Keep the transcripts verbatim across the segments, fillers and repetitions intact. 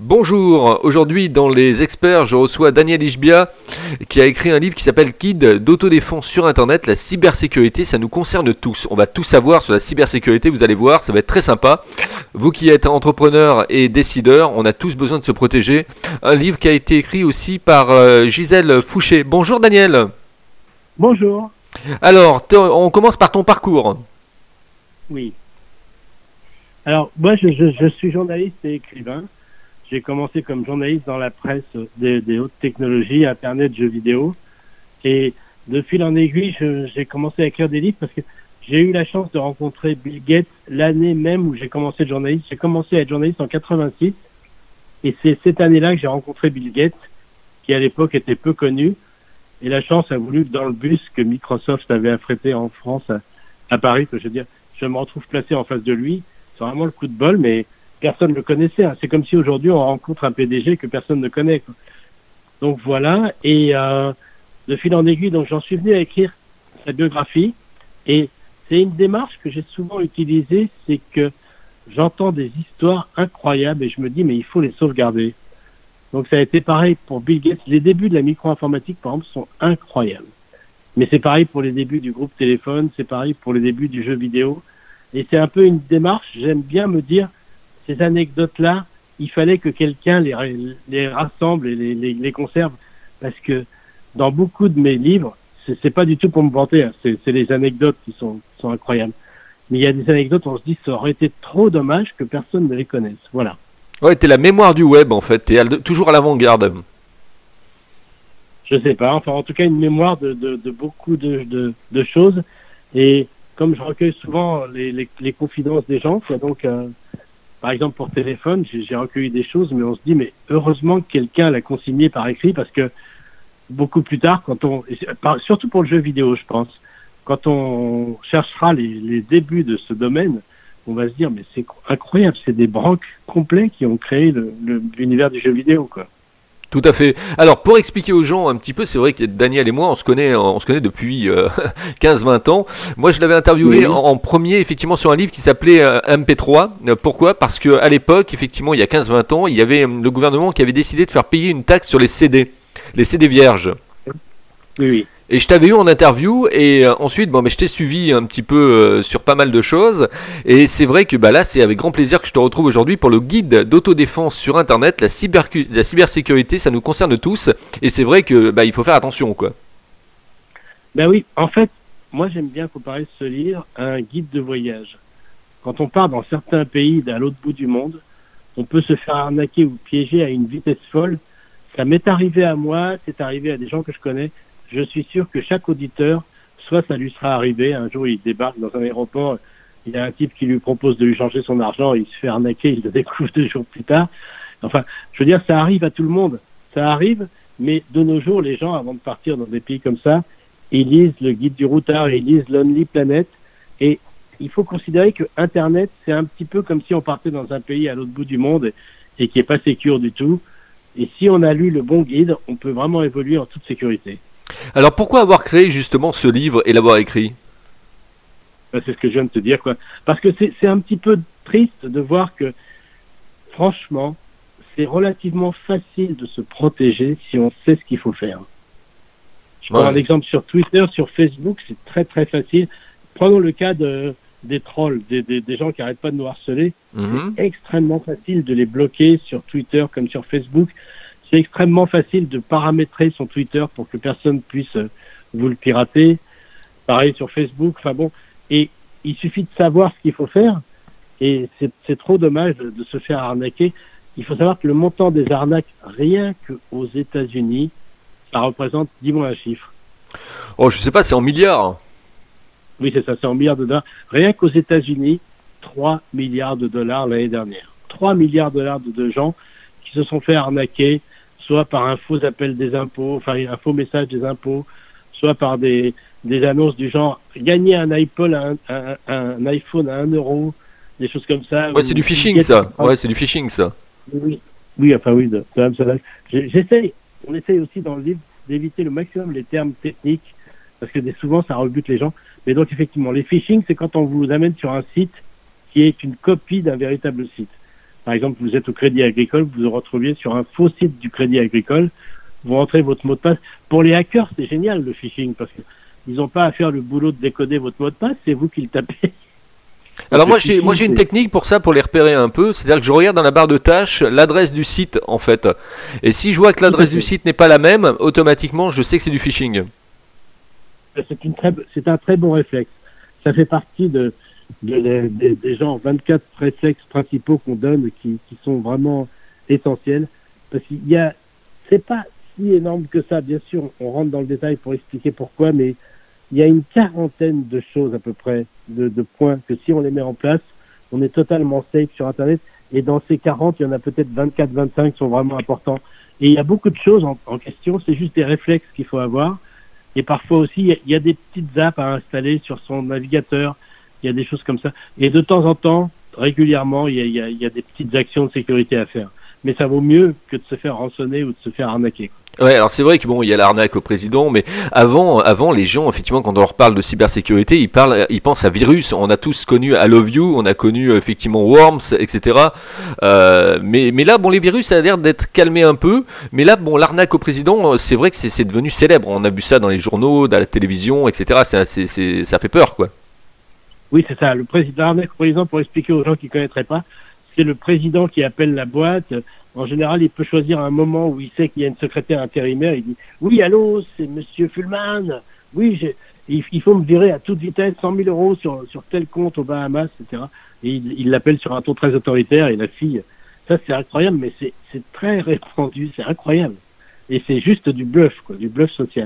Bonjour, aujourd'hui dans les experts je reçois Daniel Ishbia qui a écrit un livre qui s'appelle Guide d'autodéfense sur internet, la cybersécurité, ça nous concerne tous. On va tout savoir sur la cybersécurité, vous allez voir, ça va être très sympa. Vous qui êtes entrepreneur et décideur, on a tous besoin de se protéger. Un livre qui a été écrit aussi par euh, Gisèle Fouché. Bonjour Daniel. Bonjour. Alors, on commence par ton parcours. Oui. Alors, moi je, je, je suis journaliste et écrivain. J'ai commencé comme journaliste dans la presse des, des hautes technologies, Internet, jeux vidéo. Et de fil en aiguille, je, j'ai commencé à écrire des livres parce que j'ai eu la chance de rencontrer Bill Gates l'année même où j'ai commencé le journaliste. J'ai commencé à être journaliste en quatre-vingt-six. Et c'est cette année-là que j'ai rencontré Bill Gates, qui à l'époque était peu connu. Et la chance a voulu que dans le bus que Microsoft avait affrété en France, à, à Paris, que je veux dire, je me retrouve placé en face de lui. C'est vraiment le coup de bol, mais personne ne le connaissait. Hein. C'est comme si aujourd'hui on rencontre un P D G que personne ne connaît, quoi. Donc voilà. Et euh, de fil en aiguille, donc j'en suis venu à écrire sa biographie. Et c'est une démarche que j'ai souvent utilisée, c'est que j'entends des histoires incroyables et je me dis mais il faut les sauvegarder. Donc ça a été pareil pour Bill Gates. Les débuts de la micro-informatique, par exemple, sont incroyables. Mais c'est pareil pour les débuts du groupe téléphone, c'est pareil pour les débuts du jeu vidéo. Et c'est un peu une démarche, j'aime bien me dire, ces anecdotes-là, il fallait que quelqu'un les, les rassemble et les, les, les conserve. Parce que dans beaucoup de mes livres, c'est, c'est pas du tout pour me vanter, hein, c'est, c'est les anecdotes qui sont, sont incroyables. Mais il y a des anecdotes où on se dit, ça aurait été trop dommage que personne ne les connaisse. Voilà. Ouais, t'es la mémoire du web en fait, t'es à, toujours à l'avant-garde. Je sais pas, enfin en tout cas une mémoire de, de, de beaucoup de, de, de choses. Et comme je recueille souvent les, les, les confidences des gens, quoi, donc euh, par exemple pour téléphone, j'ai, j'ai recueilli des choses, mais on se dit mais heureusement que quelqu'un l'a consigné par écrit, parce que beaucoup plus tard, quand on, surtout pour le jeu vidéo, je pense, quand on cherchera les, les débuts de ce domaine, on va se dire mais c'est incroyable, c'est des branques complets qui ont créé le, le, l'univers du jeu vidéo, quoi. Tout à fait. Alors pour expliquer aux gens un petit peu, c'est vrai que Daniel et moi on se connaît, on se connaît depuis euh, quinze vingt ans. Moi je l'avais interviewé oui. en, en premier effectivement sur un livre qui s'appelait euh, M P trois. Pourquoi ? Parce que à l'époque effectivement il y a quinze vingt ans il y avait le gouvernement qui avait décidé de faire payer une taxe sur les C D, les C D vierges. Oui, oui. Et je t'avais eu en interview et euh, ensuite bon mais je t'ai suivi un petit peu euh, sur pas mal de choses et c'est vrai que bah là c'est avec grand plaisir que je te retrouve aujourd'hui pour le guide d'autodéfense sur internet, la cyber la cybersécurité, ça nous concerne tous et c'est vrai que bah il faut faire attention quoi. Ben oui, en fait, moi j'aime bien comparer ce livre à un guide de voyage. Quand on part dans certains pays à l'autre bout du monde, on peut se faire arnaquer ou piéger à une vitesse folle. Ça m'est arrivé à moi, c'est arrivé à des gens que je connais. Je suis sûr que chaque auditeur, soit ça lui sera arrivé, un jour il débarque dans un aéroport, il y a un type qui lui propose de lui changer son argent, il se fait arnaquer, il le découvre deux jours plus tard. Enfin, je veux dire, ça arrive à tout le monde. Ça arrive, mais de nos jours, les gens, avant de partir dans des pays comme ça, ils lisent le guide du routard, ils lisent Lonely Planet, et il faut considérer que Internet, c'est un petit peu comme si on partait dans un pays à l'autre bout du monde et, et qui est pas sécure du tout. Et si on a lu le bon guide, on peut vraiment évoluer en toute sécurité. Alors pourquoi avoir créé justement ce livre et l'avoir écrit ? C'est ce que je viens de te dire, quoi. Parce que c'est, c'est un petit peu triste de voir que, franchement, c'est relativement facile de se protéger si on sait ce qu'il faut faire. Je prends ouais. un exemple sur Twitter, sur Facebook, c'est très très facile. Prenons le cas de, des trolls, des, des, des gens qui n'arrêtent pas de nous harceler. Mm-hmm. C'est extrêmement facile de les bloquer sur Twitter comme sur Facebook. C'est extrêmement facile de paramétrer son Twitter pour que personne puisse vous le pirater. Pareil sur Facebook. Enfin bon, et il suffit de savoir ce qu'il faut faire. Et c'est, c'est trop dommage de, de se faire arnaquer. Il faut savoir que le montant des arnaques, rien qu'aux États-Unis, ça représente, dis-moi un chiffre. Oh, je sais pas, c'est en milliards. Oui, c'est ça, c'est en milliards de dollars. Rien qu'aux États-Unis, trois milliards de dollars l'année dernière. trois milliards de dollars de, de gens qui se sont fait arnaquer, soit par un faux appel des impôts, enfin un faux message des impôts, soit par des, des annonces du genre gagner un iPhone à un, un, un iPhone à un euro, des choses comme ça. Ouais, c'est du phishing ça. Ouais, c'est du phishing ça. Oui, oui, enfin oui, de, de, de, de, j'essaye, on essaye aussi dans le livre d'éviter le maximum les termes techniques, parce que des, souvent ça rebute les gens. Mais donc effectivement, les phishing, c'est quand on vous amène sur un site qui est une copie d'un véritable site. Par exemple, vous êtes au Crédit Agricole, vous vous retrouviez sur un faux site du Crédit Agricole, vous rentrez votre mot de passe. Pour les hackers, c'est génial le phishing, parce qu'ils n'ont pas à faire le boulot de décoder votre mot de passe, c'est vous qui le tapez. Alors moi j'ai moi j'ai une technique pour ça, pour les repérer un peu, c'est-à-dire que je regarde dans la barre de tâches l'adresse du site en fait. Et si je vois que l'adresse du site n'est pas la même, automatiquement je sais que c'est du phishing. C'est une très c'est un très bon réflexe. Ça fait partie de, de, de, de des gens vingt-quatre réflexes principaux qu'on donne qui, qui sont vraiment essentiels, parce qu'il y a c'est pas si énorme que ça, bien sûr, on rentre dans le détail pour expliquer pourquoi, mais il y a une quarantaine de choses à peu près, de, de points, que si on les met en place, on est totalement safe sur Internet. Et dans ces quarante, il y en a peut-être vingt-quatre, vingt-cinq qui sont vraiment importants. Et il y a beaucoup de choses en, en question, c'est juste des réflexes qu'il faut avoir. Et parfois aussi, il y, a, il y a des petites apps à installer sur son navigateur, il y a des choses comme ça. Et de temps en temps, régulièrement, il y a, il y a, il y a des petites actions de sécurité à faire. Mais ça vaut mieux que de se faire rançonner ou de se faire arnaquer. Ouais, alors c'est vrai que bon, il y a l'arnaque au président, mais avant, avant les gens, effectivement, quand on leur parle de cybersécurité, ils parlent, ils pensent à virus. On a tous connu I Love You, on a connu effectivement Worms, et cetera. Euh, mais, mais là, bon, les virus, ça a l'air d'être calmé un peu. Mais là, bon, l'arnaque au président, c'est vrai que c'est, c'est devenu célèbre. On a vu ça dans les journaux, dans la télévision, et cetera. C'est, c'est, c'est, ça fait peur, quoi. Oui, c'est ça. Le président, l'arnaque au président, pour expliquer aux gens qui connaîtraient pas, c'est le président qui appelle la boîte. En général, il peut choisir un moment où il sait qu'il y a une secrétaire intérimaire. Il dit « Oui, allô, c'est Monsieur Fullman. Oui, j'ai, il, il faut me virer à toute vitesse cent mille euros sur, sur tel compte aux Bahamas, et cetera » Et il, il l'appelle sur un ton très autoritaire et la fille, ça c'est incroyable, mais c'est, c'est très répandu, c'est incroyable. Et c'est juste du bluff, quoi, du bluff social.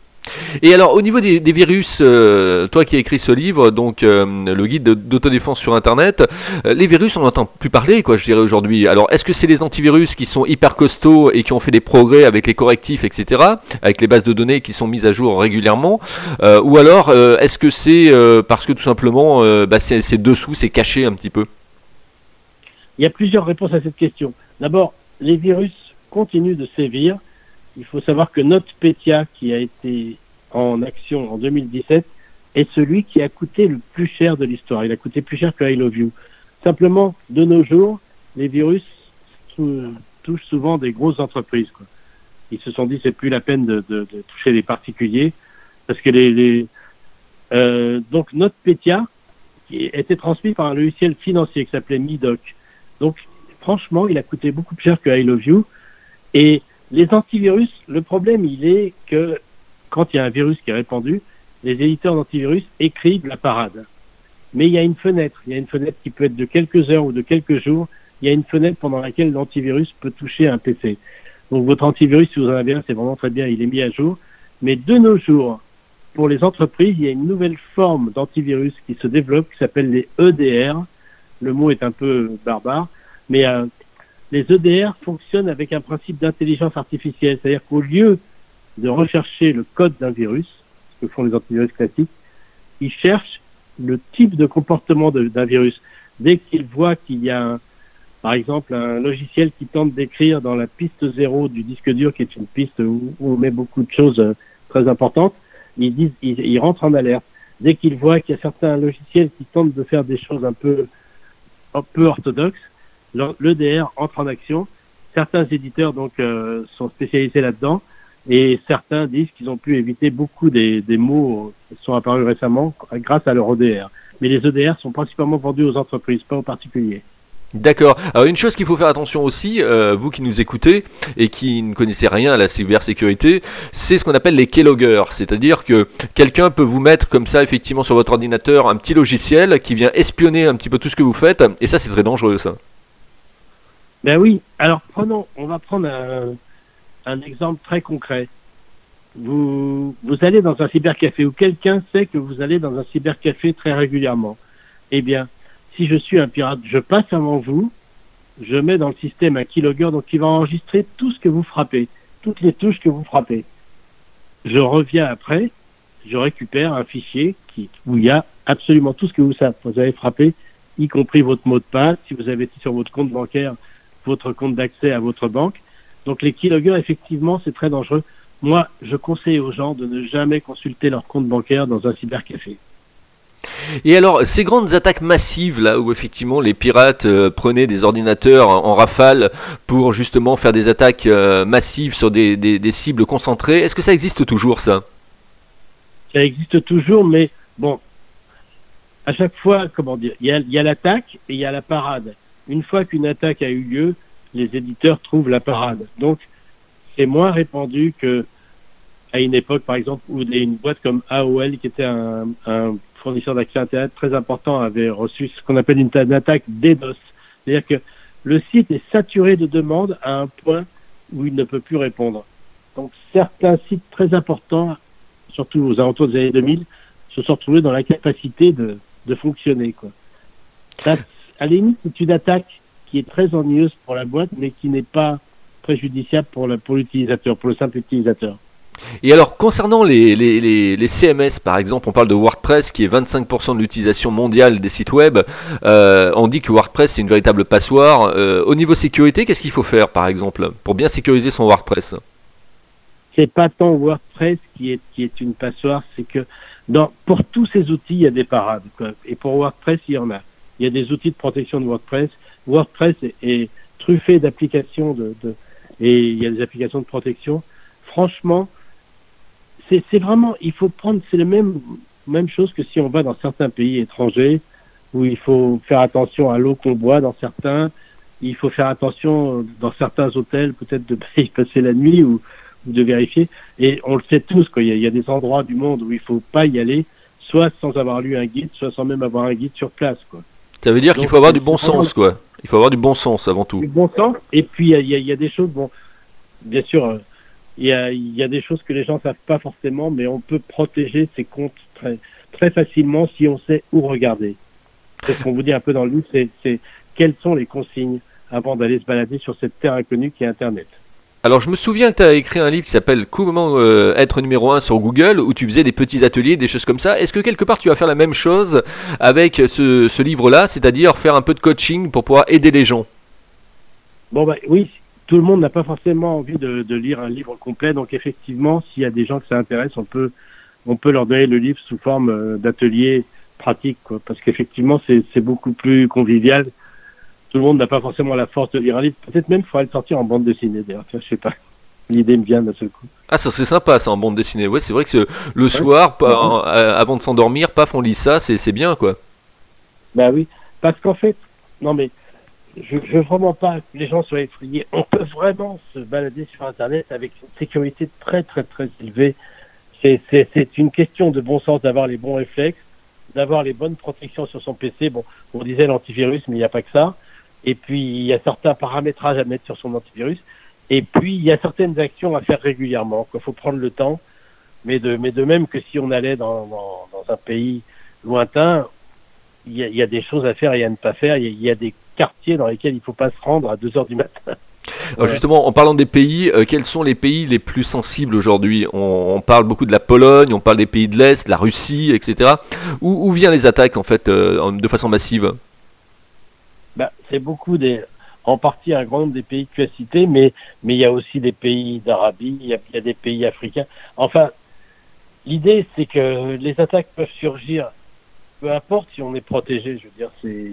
Et alors au niveau des, des virus, euh, toi qui as écrit ce livre, donc euh, le guide de, d'autodéfense sur internet, euh, les virus on n'entend plus parler, quoi, je dirais aujourd'hui. Alors est-ce que c'est les antivirus qui sont hyper costauds et qui ont fait des progrès avec les correctifs, et cetera, avec les bases de données qui sont mises à jour régulièrement, euh, ou alors euh, est-ce que c'est euh, parce que tout simplement euh, bah, c'est, c'est dessous, c'est caché un petit peu? Il y a plusieurs réponses à cette question. D'abord, les virus continuent de sévir. Il faut savoir que NotPetya, qui a été en action en deux mille dix-sept, est celui qui a coûté le plus cher de l'histoire. Il a coûté plus cher que I Love You. Simplement, de nos jours, les virus touchent souvent des grosses entreprises, quoi. Ils se sont dit c'est plus la peine de, de, de toucher les particuliers, parce que les, les euh, donc NotPetya qui était transmis par un logiciel financier qui s'appelait Midoc. Donc franchement, il a coûté beaucoup plus cher que I Love You. Et les antivirus, le problème, il est que quand il y a un virus qui est répandu, les éditeurs d'antivirus écrivent la parade. Mais il y a une fenêtre. Il y a une fenêtre qui peut être de quelques heures ou de quelques jours. Il y a une fenêtre pendant laquelle l'antivirus peut toucher un P C. Donc votre antivirus, si vous en avez un, c'est vraiment très bien, il est mis à jour. Mais de nos jours, pour les entreprises, il y a une nouvelle forme d'antivirus qui se développe, qui s'appelle les E D R. Le mot est un peu barbare, mais euh, les E D R fonctionnent avec un principe d'intelligence artificielle. C'est-à-dire qu'au lieu de rechercher le code d'un virus, ce que font les antivirus classiques, ils cherchent le type de comportement de, d'un virus. Dès qu'ils voient qu'il y a, un, par exemple, un logiciel qui tente d'écrire dans la piste zéro du disque dur, qui est une piste où, où on met beaucoup de choses euh, très importantes, ils disent, ils, ils rentrent en alerte. Dès qu'ils voient qu'il y a certains logiciels qui tentent de faire des choses un peu, un peu orthodoxes, l'E D R entre en action. Certains éditeurs donc euh, sont spécialisés là-dedans et certains disent qu'ils ont pu éviter beaucoup des, des mots qui sont apparus récemment grâce à leur E D R. Mais les E D R sont principalement vendus aux entreprises, pas aux particuliers. D'accord. Alors une chose qu'il faut faire attention aussi, euh, vous qui nous écoutez et qui ne connaissez rien à la cybersécurité, c'est ce qu'on appelle les keyloggers. C'est-à-dire que quelqu'un peut vous mettre comme ça effectivement sur votre ordinateur un petit logiciel qui vient espionner un petit peu tout ce que vous faites, et ça c'est très dangereux ça. Ben oui, alors prenons, on va prendre un, un exemple très concret. Vous, vous allez dans un cybercafé ou quelqu'un sait que vous allez dans un cybercafé très régulièrement. Eh bien, si je suis un pirate, je passe avant vous, je mets dans le système un keylogger, donc qui va enregistrer tout ce que vous frappez, toutes les touches que vous frappez. Je reviens après, je récupère un fichier qui, où il y a absolument tout ce que vous, vous avez frappé, y compris votre mot de passe, si vous avez été sur votre compte bancaire, votre compte d'accès à votre banque. Donc les keyloggers, effectivement, c'est très dangereux. Moi, je conseille aux gens de ne jamais consulter leur compte bancaire dans un cybercafé. Et alors, ces grandes attaques massives, là où effectivement les pirates euh, prenaient des ordinateurs en, en rafale pour justement faire des attaques euh, massives sur des, des, des cibles concentrées, est-ce que ça existe toujours, ça? Ça existe toujours, mais bon, à chaque fois, comment dire, il y a, il y a l'attaque et il y a la parade. Une fois qu'une attaque a eu lieu, les éditeurs trouvent la parade. Donc, c'est moins répandu que à une époque, par exemple, où une boîte comme A O L, qui était un, un fournisseur d'accès Internet très important, avait reçu ce qu'on appelle une, une attaque DDoS. C'est-à-dire que le site est saturé de demandes à un point où il ne peut plus répondre. Donc, certains sites très importants, surtout aux alentours des années deux mille, se sont retrouvés dans l'incapacité de, de fonctionner, quoi. Ça, à la limite, c'est une attaque qui est très ennuyeuse pour la boîte, mais qui n'est pas préjudiciable pour, la, pour l'utilisateur, pour le simple utilisateur. Et alors, concernant les, les, les, les C M S, par exemple, on parle de WordPress, qui est vingt-cinq pour cent de l'utilisation mondiale des sites web. Euh, on dit que WordPress, c'est une véritable passoire. Euh, au niveau sécurité, qu'est-ce qu'il faut faire, par exemple, pour bien sécuriser son WordPress? C'est pas tant WordPress qui est, qui est une passoire, c'est que dans, pour tous ces outils, il y a des parades, quoi. Et pour WordPress, il y en a. Il y a des outils de protection de WordPress. WordPress est, est truffé d'applications de, de, et il y a des applications de protection. Franchement, c'est, c'est vraiment, il faut prendre, c'est la même, même chose que si on va dans certains pays étrangers, où il faut faire attention à l'eau qu'on boit dans certains, il faut faire attention dans certains hôtels, peut-être de y passer la nuit ou, ou de vérifier. Et on le sait tous, quoi. Il y a, il y a des endroits du monde où il faut pas y aller, soit sans avoir lu un guide, soit sans même avoir un guide sur place, quoi. Ça veut dire Donc, qu'il faut avoir du bon sens, quoi. Il faut avoir du bon sens avant tout. Du bon sens. Et puis il y a, il y a des choses, bon, bien sûr, il y a, il y a des choses que les gens savent pas forcément, mais on peut protéger ses comptes très, très facilement si on sait où regarder. C'est ce qu'on vous dit un peu dans le livre, c'est, c'est quelles sont les consignes avant d'aller se balader sur cette terre inconnue qui est Internet. Alors, je me souviens que tu as écrit un livre qui s'appelle Comment euh, être numéro un sur Google, où tu faisais des petits ateliers, des choses comme ça. Est-ce que quelque part tu vas faire la même chose avec ce, ce livre-là, c'est-à-dire faire un peu de coaching pour pouvoir aider les gens? Bon, bah oui, tout le monde n'a pas forcément envie de, de lire un livre complet, donc effectivement, s'il y a des gens que ça intéresse, on peut, on peut leur donner le livre sous forme d'atelier pratique, quoi, parce qu'effectivement, c'est, c'est beaucoup plus convivial. Tout le monde n'a pas forcément la force de lire un livre. Peut-être même qu'il faudrait le sortir en bande dessinée, d'ailleurs. Tiens, je sais pas. L'idée me vient d'un seul coup. Ah, ça serait sympa, ça, en bande dessinée. Ouais, c'est vrai que le ouais. soir, pas, en, euh, avant de s'endormir, paf, on lit ça, c'est, c'est bien, quoi. Bah oui, parce qu'en fait, non mais, je, je veux vraiment pas que les gens soient effrayés. On peut vraiment se balader sur Internet avec une sécurité très, très, très élevée. C'est, c'est, c'est une question de bon sens d'avoir les bons réflexes, d'avoir les bonnes protections sur son P C. Bon, on disait l'antivirus, mais il n'y a pas que ça. Et puis, il y a certains paramétrages à mettre sur son antivirus. Et puis, il y a certaines actions à faire régulièrement. Il faut prendre le temps. Mais de, mais de même que si on allait dans, dans, dans un pays lointain, il y, a, il y a des choses à faire et à ne pas faire. Il y a, il y a des quartiers dans lesquels il ne faut pas se rendre à deux heures du matin. Alors justement, en parlant des pays, euh, quels sont les pays les plus sensibles aujourd'hui? on, on parle beaucoup de la Pologne, on parle des pays de l'Est, la Russie, et cetera. Où, où viennent les attaques, en fait, euh, de façon massive? Bah, c'est beaucoup des, en partie un grand nombre des pays que tu as cités, mais mais il y a aussi des pays d'Arabie, il y a, il y a des pays africains. Enfin, l'idée c'est que les attaques peuvent surgir, peu importe si on est protégé. Je veux dire, c'est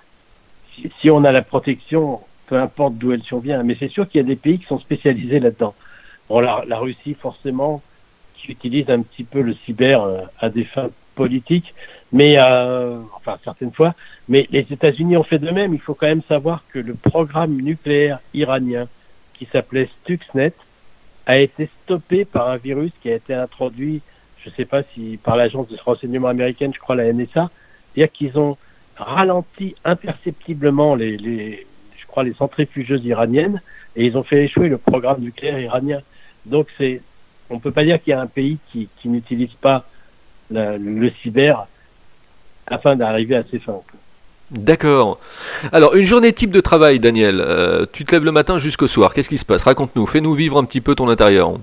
si, si on a la protection, peu importe d'où elle survient. Mais c'est sûr qu'il y a des pays qui sont spécialisés là-dedans. Bon, la, la Russie forcément, qui utilise un petit peu le cyber euh, à des fins politiques, mais euh, enfin certaines fois. Mais les États-Unis ont fait de même. Il faut quand même savoir que le programme nucléaire iranien, qui s'appelait Stuxnet, a été stoppé par un virus qui a été introduit, je ne sais pas si par l'agence de renseignement américaine, je crois la N S A, c'est-à-dire qu'ils ont ralenti imperceptiblement les, les, je crois les centrifugeuses iraniennes, et ils ont fait échouer le programme nucléaire iranien. Donc c'est, on peut pas dire qu'il y a un pays qui, qui n'utilise pas la, le cyber afin d'arriver à ses fins. D'accord. Alors, une journée type de travail, Daniel. Euh, tu te lèves le matin jusqu'au soir. Qu'est-ce qui se passe? Raconte-nous. Fais-nous vivre un petit peu ton intérieur.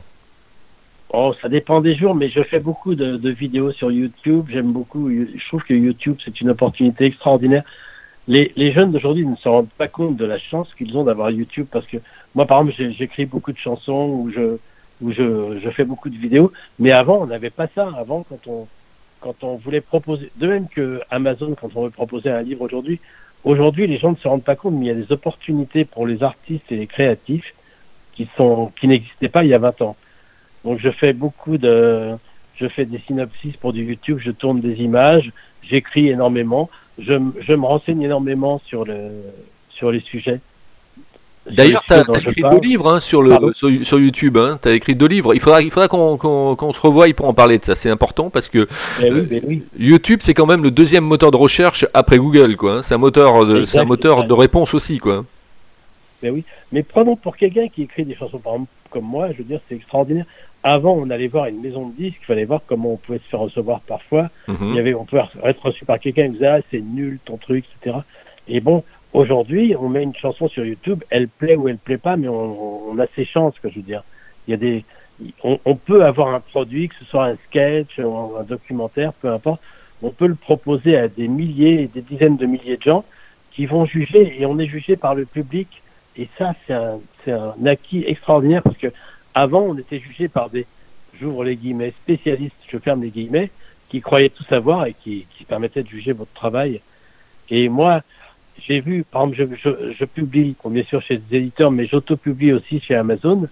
Oh, ça dépend des jours, mais je fais beaucoup de, de vidéos sur YouTube. J'aime beaucoup. Je trouve que YouTube, c'est une opportunité extraordinaire. Les, les jeunes d'aujourd'hui ne se rendent pas compte de la chance qu'ils ont d'avoir YouTube, parce que moi, par exemple, j'écris beaucoup de chansons où je où je, je fais beaucoup de vidéos. Mais avant, on n'avait pas ça. Avant, quand on quand on voulait proposer, de même que Amazon, quand on veut proposer un livre aujourd'hui, aujourd'hui, les gens ne se rendent pas compte, mais il y a des opportunités pour les artistes et les créatifs qui sont, qui n'existaient pas il y a vingt ans. Donc, je fais beaucoup de, je fais des synopsis pour du YouTube, je tourne des images, j'écris énormément, je, je me renseigne énormément sur le, sur les sujets. D'ailleurs, tu as écrit deux livres hein, sur, le, sur, sur YouTube. Hein. Tu as écrit deux livres. Il faudra, il faudra qu'on qu'on, qu'on se revoie pour en parler de ça. C'est important parce que mais oui, mais oui. euh, YouTube, c'est quand même le deuxième moteur de recherche après Google. Quoi, hein. C'est un moteur, de, exact, c'est un moteur exact. de réponse aussi. Quoi. Mais oui. Mais prenons pour quelqu'un qui écrit des chansons par exemple, comme moi, je veux dire, c'est extraordinaire. Avant, on allait voir une maison de disques, il fallait voir comment on pouvait se faire recevoir parfois. Mm-hmm. Il y avait, on pouvait être reçu par quelqu'un qui disait ah, c'est nul ton truc, et cetera. Et bon. Aujourd'hui, on met une chanson sur YouTube, elle plaît ou elle plaît pas, mais on, on a ses chances, que je veux dire. Il y a des, on, on peut avoir un produit, que ce soit un sketch ou un documentaire, peu importe. On peut le proposer à des milliers et des dizaines de milliers de gens qui vont juger, et on est jugé par le public. Et ça, c'est un, c'est un acquis extraordinaire parce que avant, on était jugé par des, j'ouvre les guillemets, spécialistes, je ferme les guillemets, qui croyaient tout savoir et qui, qui permettaient de juger votre travail. Et moi, j'ai vu, par exemple, je, je, je publie, bien sûr chez des éditeurs, mais j'auto-publie aussi chez Amazon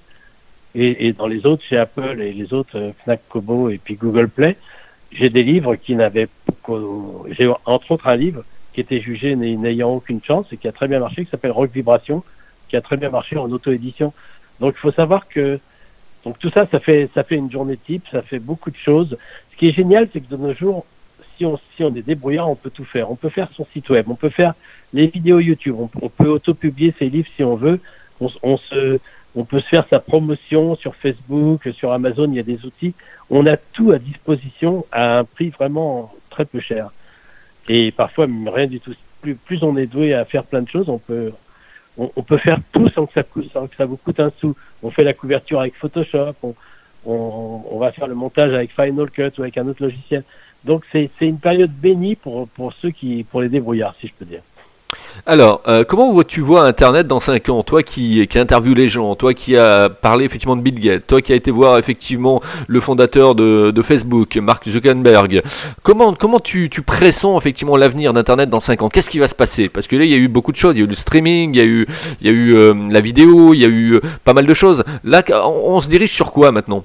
et, et dans les autres, chez Apple et les autres, euh, Fnac, Kobo et puis Google Play. J'ai des livres qui n'avaient, j'ai entre autres un livre qui était jugé n'ayant aucune chance et qui a très bien marché, qui s'appelle Rock Vibration, qui a très bien marché en auto-édition. Donc il faut savoir que, donc tout ça, ça fait, ça fait une journée type, ça fait beaucoup de choses. Ce qui est génial, c'est que de nos jours, si on, si on est débrouillard, on peut tout faire. On peut faire son site web, on peut faire les vidéos YouTube, on, on peut auto-publier ses livres si on veut, on, on, se, on peut se faire sa promotion sur Facebook, sur Amazon, il y a des outils. On a tout à disposition à un prix vraiment très peu cher. Et parfois, rien du tout. Plus, plus on est doué à faire plein de choses, on peut, on, on peut faire tout sans que, ça coûte, sans que ça vous coûte un sou. On fait la couverture avec Photoshop, on, on, on va faire le montage avec Final Cut ou avec un autre logiciel. Donc c'est, c'est une période bénie pour, pour ceux qui, pour les débrouillards, si je peux dire. Alors, euh, comment tu vois Internet dans cinq ans? Toi qui, qui interviewe les gens, toi qui as parlé effectivement de Bill Gates, toi qui as été voir effectivement le fondateur de, de Facebook, Mark Zuckerberg, comment, comment tu, tu pressens effectivement l'avenir d'Internet dans cinq ans? Qu'est-ce qui va se passer? Parce que là, il y a eu beaucoup de choses, il y a eu le streaming, il y a eu, il y a eu euh, la vidéo, il y a eu euh, pas mal de choses. Là, on, on se dirige sur quoi maintenant?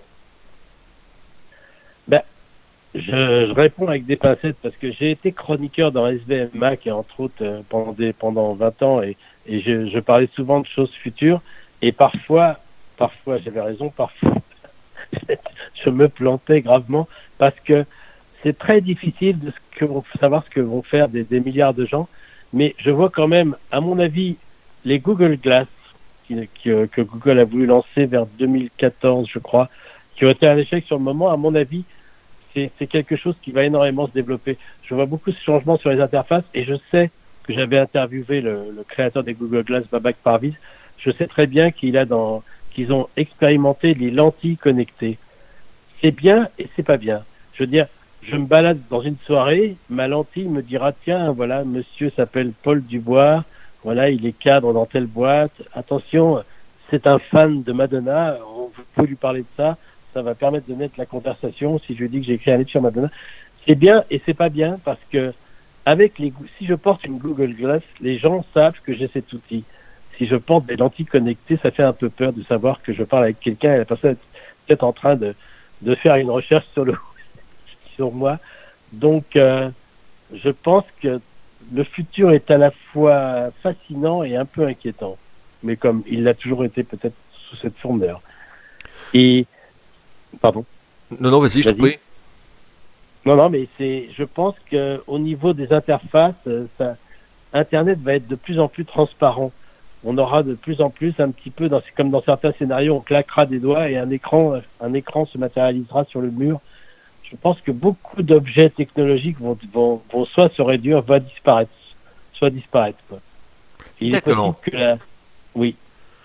Je, je réponds avec des pincettes parce que j'ai été chroniqueur dans S V M Mac et entre autres euh, pendant, des, pendant vingt ans et, et je, je parlais souvent de choses futures et parfois, parfois j'avais raison, parfois je me plantais gravement parce que c'est très difficile de ce que vont, savoir ce que vont faire des, des milliards de gens, mais je vois quand même, à mon avis, les Google Glass qui, qui, euh, que Google a voulu lancer vers deux mille quatorze, je crois, qui ont été un échec sur le moment, à mon avis, C'est, c'est quelque chose qui va énormément se développer. Je vois beaucoup de changements sur les interfaces et je sais que j'avais interviewé le, le créateur des Google Glass, Babak Parviz. Je sais très bien qu'il a dans, qu'ils ont expérimenté les lentilles connectées. C'est bien et c'est pas bien. Je veux dire, je me balade dans une soirée, ma lentille me dira, tiens, voilà, monsieur s'appelle Paul Dubois, voilà, il est cadre dans telle boîte. Attention, c'est un fan de Madonna, on peut lui parler de ça. Ça va permettre de mettre la conversation. Si je lui dis que j'ai écrit un livre sur Madonna, c'est bien et c'est pas bien parce que avec les, si je porte une Google Glass, les gens savent que j'ai cet outil. Si je porte des lentilles connectées, ça fait un peu peur de savoir que je parle avec quelqu'un et la personne est peut-être en train de, de faire une recherche sur le, sur moi. Donc, euh, je pense que le futur est à la fois fascinant et un peu inquiétant. Mais comme il l'a toujours été peut-être sous cette forme d'ailleurs. Et, Pardon. Non, non, vas-y, je t'en prie. Non, non, mais c'est, je pense que au niveau des interfaces, ça, Internet va être de plus en plus transparent. On aura de plus en plus un petit peu, dans, comme dans certains scénarios, on claquera des doigts et un écran, un écran se matérialisera sur le mur. Je pense que beaucoup d'objets technologiques vont, vont, vont soit se réduire, soit disparaître, soit disparaître, quoi. Il est possible que la, oui.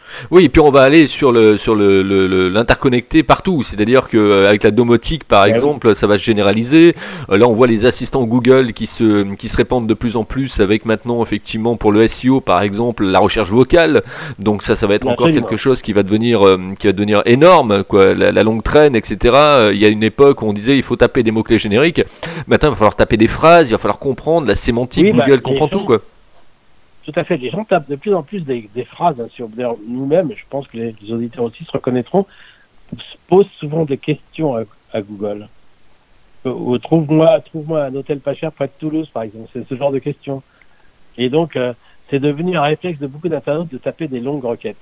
Oui, et puis on va aller sur le sur le le- le- l'interconnecté partout. C'est-à-dire que euh, avec la domotique, par Ben oui, exemple, ça va se généraliser. Euh, là, on voit les assistants Google qui se qui se répandent de plus en plus avec maintenant effectivement pour le S E O, par exemple, la recherche vocale. Donc ça, ça va être encore quelque absolument. chose qui va devenir euh, qui va devenir énorme, quoi. La, la longue traîne, et cetera. Euh, Il y a une époque où on disait il faut taper des mots-clés génériques. Maintenant, il va falloir taper des phrases, il va falloir comprendre la sémantique. Oui, bah, Google les comprend tout, gens, quoi. tout à fait, les gens tapent de plus en plus des, des phrases hein, sur d'ailleurs, nous-mêmes, et je pense que les, les auditeurs aussi se reconnaîtront, se posent souvent des questions à, à Google. Euh, ou trouve-moi, trouve-moi un hôtel pas cher près de Toulouse, par exemple. C'est ce genre de questions. Et donc, euh, c'est devenu un réflexe de beaucoup d'internautes de taper des longues requêtes.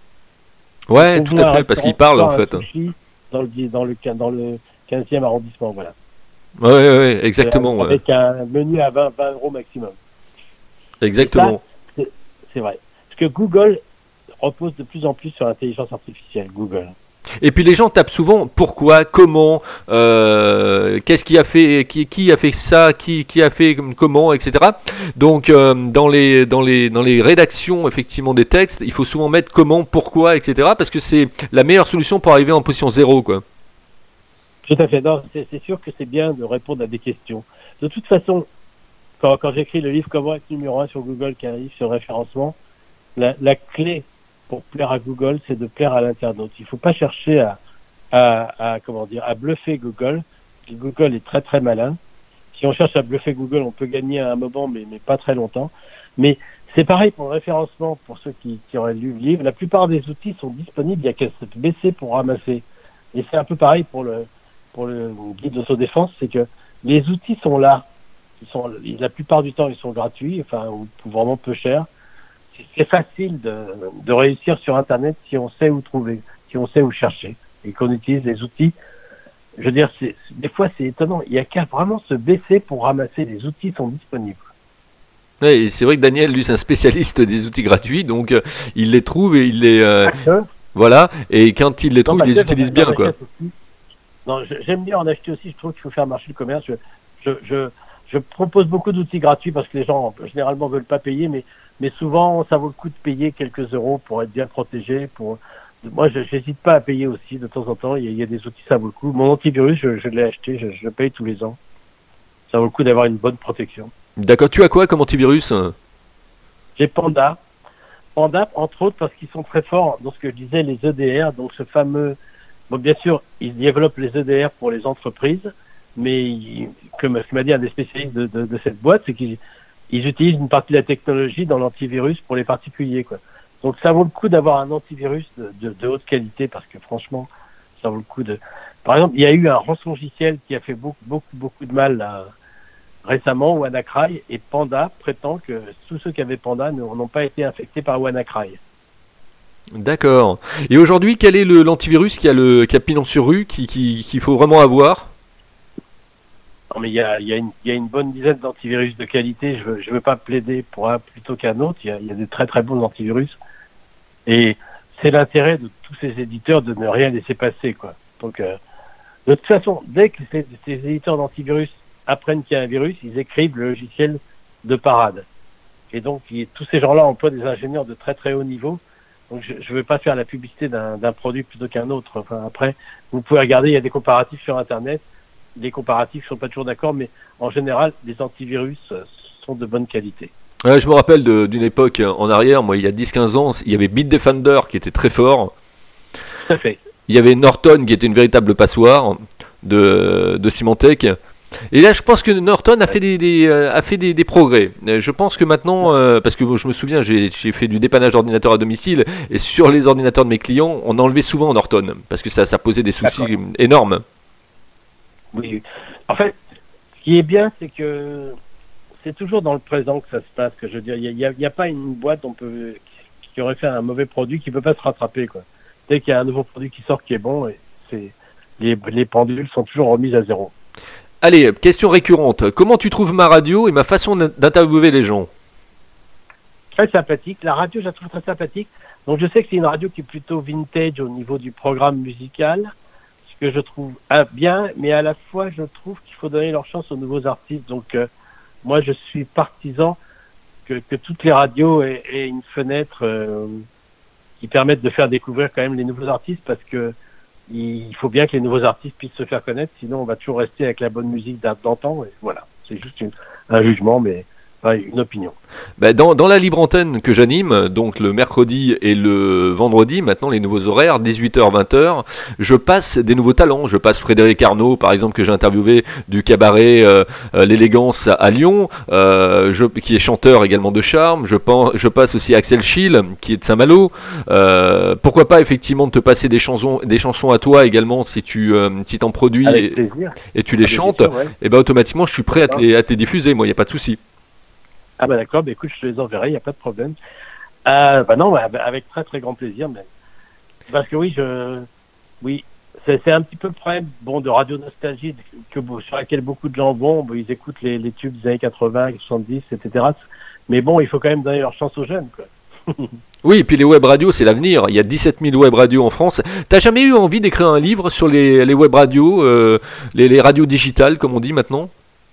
Ouais, tout Trouve-moi à un fait, parce qu'il restaurant, parle en un fait. sushi dans le, dans le, dans le quinzième arrondissement, voilà. Ouais, ouais, ouais, Et exactement, ouais. avec un menu à vingt, vingt euros maximum. Et ça, Exactement. c'est c'est vrai. Parce que Google repose de plus en plus sur l'intelligence artificielle, Google. Et puis les gens tapent souvent pourquoi, comment, euh, qu'est-ce qui a fait, qui, qui a fait ça, qui, qui a fait comment, et cetera. Donc euh, dans les dans les dans les rédactions effectivement des textes, il faut souvent mettre comment, pourquoi, et cetera. Parce que c'est la meilleure solution pour arriver en position zéro, quoi. Tout à fait. Non, c'est c'est sûr que c'est bien de répondre à des questions. De toute façon, quand, quand j'écris le livre Comment être numéro un sur Google, qui est un livre sur le référencement, la, la clé pour plaire à Google, c'est de plaire à l'internaute. Il ne faut pas chercher à, à, à, comment dire, à bluffer Google. Google est très très malin. Si on cherche à bluffer Google, on peut gagner à un moment, mais, mais pas très longtemps. Mais c'est pareil pour le référencement, pour ceux qui, qui auraient lu le livre. La plupart des outils sont disponibles, il n'y a qu'à se baisser pour ramasser. Et c'est un peu pareil pour le, pour le guide d'autodéfense, c'est que les outils sont là. Ils sont, la plupart du temps, ils sont gratuits, enfin, ou vraiment peu chers. C'est facile de, de réussir sur Internet si on sait où trouver, si on sait où chercher et qu'on utilise les outils. Je veux dire, c'est, des fois, c'est étonnant. Il n'y a qu'à vraiment se baisser pour ramasser. Les outils sont disponibles. Ouais, et c'est vrai que Daniel, lui, c'est un spécialiste des outils gratuits, donc euh, il les trouve et il les euh, D'accord. voilà. Et quand il les trouve, Non, il les parce que utilise j'en- bien, j'en quoi. achète aussi. Non, je- j'aime bien en acheter aussi. Je trouve qu'il faut faire marcher le commerce. Je, je, je, je propose beaucoup d'outils gratuits parce que les gens généralement veulent pas payer, mais mais souvent ça vaut le coup de payer quelques euros pour être bien protégé. Pour moi, je n'hésite pas à payer aussi de temps en temps. Il y a, il y a des outils, ça vaut le coup. Mon antivirus, je, je l'ai acheté, je, je le paye tous les ans. Ça vaut le coup d'avoir une bonne protection. D'accord. Tu as quoi comme antivirus? J'ai Panda. Panda, entre autres, parce qu'ils sont très forts dans ce que je disais, les E D R, donc ce fameux... Bon, bien sûr, ils développent les E D R pour les entreprises, mais ils- comme ce m'a dit un des spécialistes de, de, de cette boîte, c'est qu'ils ils utilisent une partie de la technologie dans l'antivirus pour les particuliers, quoi. Donc ça vaut le coup d'avoir un antivirus de, de, de haute qualité, parce que franchement, ça vaut le coup de... Par exemple, il y a eu un rançongiciel qui a fait beaucoup, beaucoup, beaucoup de mal là, récemment, WannaCry, et Panda prétend que tous ceux qui avaient Panda ne- n'ont pas été infectés par WannaCry. D'accord. Et aujourd'hui, quel est le l'antivirus qui a le qui a pignon sur rue, qui qui qu'il faut vraiment avoir? Non, mais il y a, il y, a une- il y a une bonne dizaine d'antivirus de qualité. Je veux, je veux pas plaider pour un plutôt qu'un autre. Il y, a, il y a des très très bons antivirus. Et c'est l'intérêt de tous ces éditeurs de ne rien laisser passer, quoi. Donc, euh, de toute façon, dès que ces, ces éditeurs d'antivirus apprennent qu'il y a un virus, ils écrivent le logiciel de parade. Et donc, il- tous ces gens-là emploient des ingénieurs de très très haut niveau. Donc, je ne veux pas faire la publicité d'un d'un produit plutôt qu'un autre. Enfin, après, vous pouvez regarder, il y a des comparatifs sur Internet. Les comparatifs ne sont pas toujours d'accord, mais en général, les antivirus euh, sont de bonne qualité. Ouais, je me rappelle de- d'une époque euh, en arrière, moi il y a dix quinze ans, il y avait Bitdefender qui était très fort. Tout à fait. Il y avait Norton qui était une véritable passoire de, de Symantec. Et là, je pense que Norton a fait des, des, euh, a fait des, des progrès. Euh, Je pense que maintenant, euh, parce que bon, je me souviens, j'ai j'ai fait du dépannage d'ordinateur à domicile, et sur les ordinateurs de mes clients, on enlevait souvent Norton, parce que ça, ça posait des soucis D'accord. énormes. Oui. En fait, ce qui est bien, c'est que c'est toujours dans le présent que ça se passe. Que je veux dire, il n'y a, il y a pas une boîte on peut, qui, qui aurait fait un mauvais produit qui ne peut pas se rattraper, quoi. Dès qu'il y a un nouveau produit qui sort qui est bon, et c'est les, les pendules sont toujours remises à zéro. Allez, question récurrente. Comment tu trouves ma radio et ma façon d'in- d'interviewer les gens? Très sympathique. La radio, je la trouve très sympathique. Donc, je sais que c'est une radio qui est plutôt vintage au niveau du programme musical, ce que je trouve ah, bien, mais à la fois, je trouve qu'il faut donner leur chance aux nouveaux artistes. Donc, euh, moi, je suis partisan que, que toutes les radios aient, aient une fenêtre, euh, qui permettent de faire découvrir quand même les nouveaux artistes, parce que il faut bien que les nouveaux artistes puissent se faire connaître, sinon on va toujours rester avec la bonne musique d'antan. Et voilà, c'est juste une, un jugement, mais pas une opinion. Ben dans, dans la libre antenne que j'anime, donc le mercredi et le vendredi, maintenant les nouveaux horaires, dix-huit heures vingt heures, je passe des nouveaux talents. Je passe Frédéric Arnaud, par exemple, que j'ai interviewé du cabaret euh, euh, l'élégance à, à Lyon, euh, je, qui est chanteur également de charme. Je, pense, je passe aussi Axel Schill, qui est de Saint-Malo. Euh, pourquoi pas effectivement de te passer des chansons, des chansons à toi également, si tu euh, si t'en produis Avec et, plaisir. et tu les Avec chantes, plaisir, ouais. et ben automatiquement je suis prêt à te les, à te les diffuser. Moi, il n'y a pas de souci. Ah bah d'accord, bah écoute, je te les enverrai, il n'y a pas de problème. Euh, bah non, bah, avec très très grand plaisir même. Parce que oui, je, oui, c'est, c'est un petit peu le problème, bon, de Radio Nostalgie, que, sur laquelle beaucoup de gens vont, bon, ils écoutent les, les tubes des années quatre-vingts, soixante-dix, et cetera. Mais bon, il faut quand même donner leur chance aux jeunes, quoi. Oui, et puis les web radios, c'est l'avenir. Il y a dix-sept mille web radios en France. T'as jamais eu envie d'écrire un livre sur les, les web radios, euh, les, les radios digitales, comme on dit maintenant?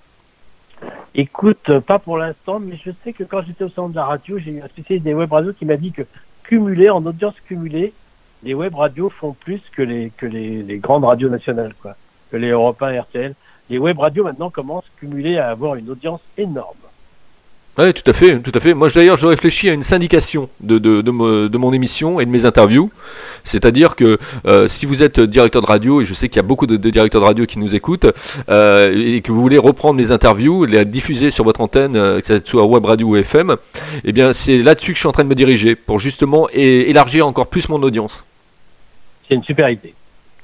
Écoute, pas pour l'instant, mais je sais que quand j'étais au salon de la radio, j'ai eu un spécialiste des web radios qui m'a dit que cumulé, en audience cumulée, les web radios font plus que les que les, les grandes radios nationales, quoi, que les Europe un, R T L. Les web radios maintenant commencent cumulées à avoir une audience énorme. Oui, tout à fait, tout à fait. Moi, d'ailleurs, je réfléchis à une syndication de, de, de, me, de mon émission et de mes interviews. C'est-à-dire que euh, si vous êtes directeur de radio, et je sais qu'il y a beaucoup de, de directeurs de radio qui nous écoutent, euh, et que vous voulez reprendre mes interviews, les diffuser sur votre antenne, euh, que ce soit web radio ou F M, eh bien, c'est là-dessus que je suis en train de me diriger, pour justement é- élargir encore plus mon audience. C'est une super idée.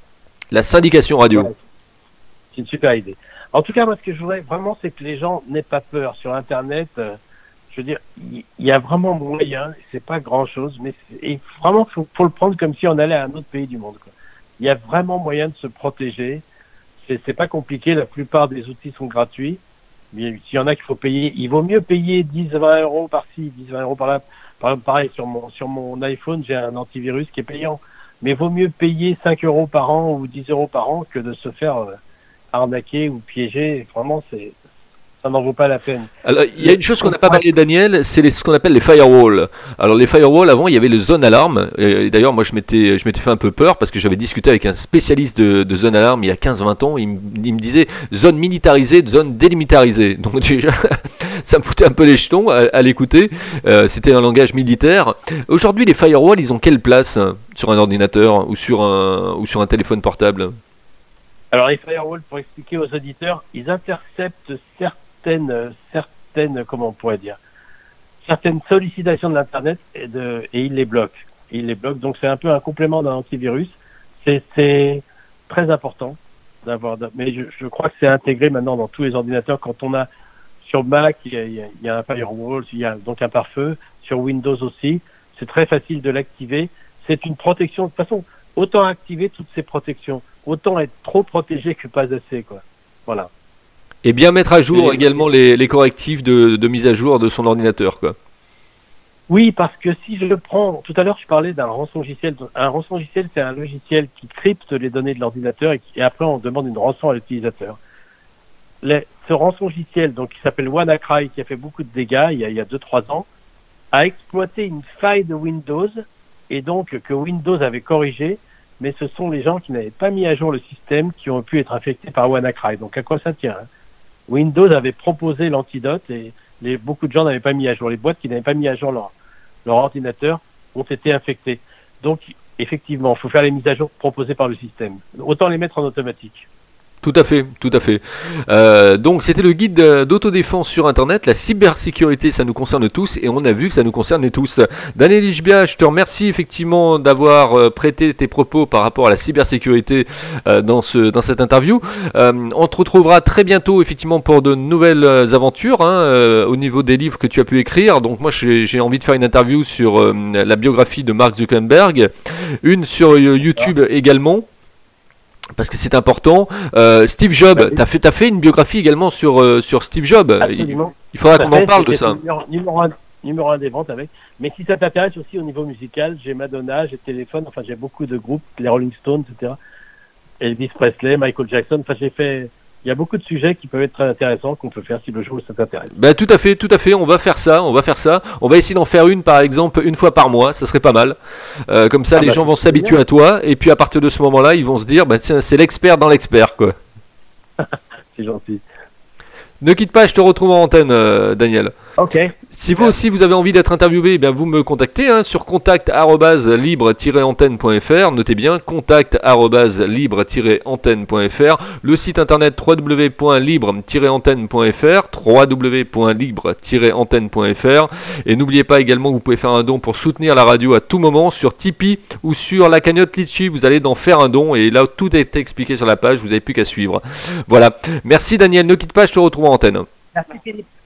La syndication radio. Ouais, c'est une super idée. En tout cas, moi, ce que je voudrais vraiment, c'est que les gens n'aient pas peur sur Internet. Euh, je veux dire, il y, y a vraiment moyen. C'est pas grand-chose, mais c'est, et vraiment, faut, faut le prendre comme si on allait à un autre pays du monde, quoi. Il y a vraiment moyen de se protéger. C'est, c'est pas compliqué. La plupart des outils sont gratuits. Mais s'il y en a qu'il faut payer, il vaut mieux payer dix, vingt euros par-ci, dix, vingt euros par-là. Par exemple, pareil, sur mon, sur mon iPhone, j'ai un antivirus qui est payant. Mais vaut mieux payer cinq euros par an ou dix euros par an que de se faire euh, arnaquer ou piéger. Vraiment, c'est, ça n'en vaut pas la peine. Alors, il y a une chose qu'on n'a pas parlé, Daniel, c'est les, ce qu'on appelle les firewalls. Alors, les firewalls, avant, il y avait le zone alarme. Et d'ailleurs, moi, je m'étais, je m'étais fait un peu peur parce que j'avais discuté avec un spécialiste de, de zone alarme il y a quinze vingt ans. Il, m- il me disait zone militarisée, zone délimitarisée. Donc, déjà, ça me foutait un peu les jetons à, à l'écouter. Euh, c'était un langage militaire. Aujourd'hui, les firewalls, ils ont quelle place hein, sur un ordinateur ou sur un, ou sur un téléphone portable? Alors, les firewalls, pour expliquer aux auditeurs, ils interceptent certaines, euh, certaines, comment on pourrait dire, certaines sollicitations de l'Internet et, de, et ils les bloquent. Et ils les bloquent. Donc, c'est un peu un complément d'un antivirus. C'est, c'est très important d'avoir, mais je, je crois que c'est intégré maintenant dans tous les ordinateurs. Quand on a, sur Mac, il y a, il y a, il y a un firewall, il y a donc un pare-feu. Sur Windows aussi, c'est très facile de l'activer. C'est une protection. De toute façon, autant activer toutes ces protections. Autant être trop protégé que pas assez, quoi. Voilà. Et bien mettre à jour Et- également les, les correctifs de, de mise à jour de son ordinateur, quoi. Oui, parce que si je le prends, tout à l'heure je parlais d'un rançongiciel. Un rançongiciel, c'est un logiciel qui crypte les données de l'ordinateur et, qui, et après on demande une rançon à l'utilisateur. Les, ce rançongiciel, donc qui s'appelle WannaCry, qui a fait beaucoup de dégâts il y a, il y a deux trois ans, a exploité une faille de Windows et donc que Windows avait corrigé, mais ce sont les gens qui n'avaient pas mis à jour le système qui ont pu être infectés par WannaCry. Donc à quoi ça tient hein? Windows avait proposé l'antidote et les, beaucoup de gens n'avaient pas mis à jour. Les boîtes qui n'avaient pas mis à jour leur, leur ordinateur ont été infectées. Donc effectivement, il faut faire les mises à jour proposées par le système. Autant les mettre en automatique. Tout à fait, tout à fait. Euh, donc c'était le guide euh, d'autodéfense sur Internet. La cybersécurité, ça nous concerne tous et on a vu que ça nous concernait tous. Daniel Ishbia, je te remercie effectivement d'avoir euh, prêté tes propos par rapport à la cybersécurité euh, dans, ce, dans cette interview. Euh, on te retrouvera très bientôt effectivement pour de nouvelles euh, aventures hein, euh, au niveau des livres que tu as pu écrire. Donc moi j'ai, j'ai envie de faire une interview sur euh, la biographie de Mark Zuckerberg, une sur euh, YouTube également. Parce que c'est important. Euh, Steve Jobs, Bah oui. t'as fait, t'as fait une biographie également sur, euh, sur Steve Jobs. Il, Absolument. il faudra Tout à qu'on en fait, parle de c'était ça. Numéro, numéro, un, numéro un des ventes avec. Mais si ça t'intéresse aussi au niveau musical, j'ai Madonna, j'ai Téléphone, enfin j'ai beaucoup de groupes, les Rolling Stones, et cetera. Elvis Presley, Michael Jackson. Enfin j'ai fait, il y a beaucoup de sujets qui peuvent être très intéressants qu'on peut faire si le jour où ça t'intéresse. Bah tout à fait, tout à fait. On va faire ça, on va faire ça. On va essayer d'en faire une, par exemple, une fois par mois. Ça serait pas mal. Euh, comme ça, Ah les bah, gens c'est vont s'habituer bien. à toi. Et puis à partir de ce moment-là, ils vont se dire, bah tiens, c'est l'expert dans l'expert, quoi. C'est gentil. Ne quitte pas, je te retrouve en antenne, euh, Daniel. Ok. Si vous aussi vous avez envie d'être interviewé, eh bien vous me contactez hein, sur contact arobase libre tiret antenne point f r. Notez bien contact arobase libre tiret antenne point f r. Le site internet w w w point libre tiret antenne point f r, w w w point libre tiret antenne point f r. Et n'oubliez pas également que vous pouvez faire un don pour soutenir la radio à tout moment sur Tipeee ou sur la cagnotte Litchi. Vous allez d'en faire un don et là tout est expliqué sur la page. Vous n'avez plus qu'à suivre. Voilà. Merci Daniel. Ne quitte pas, je te retrouve en antenne. Merci Philippe.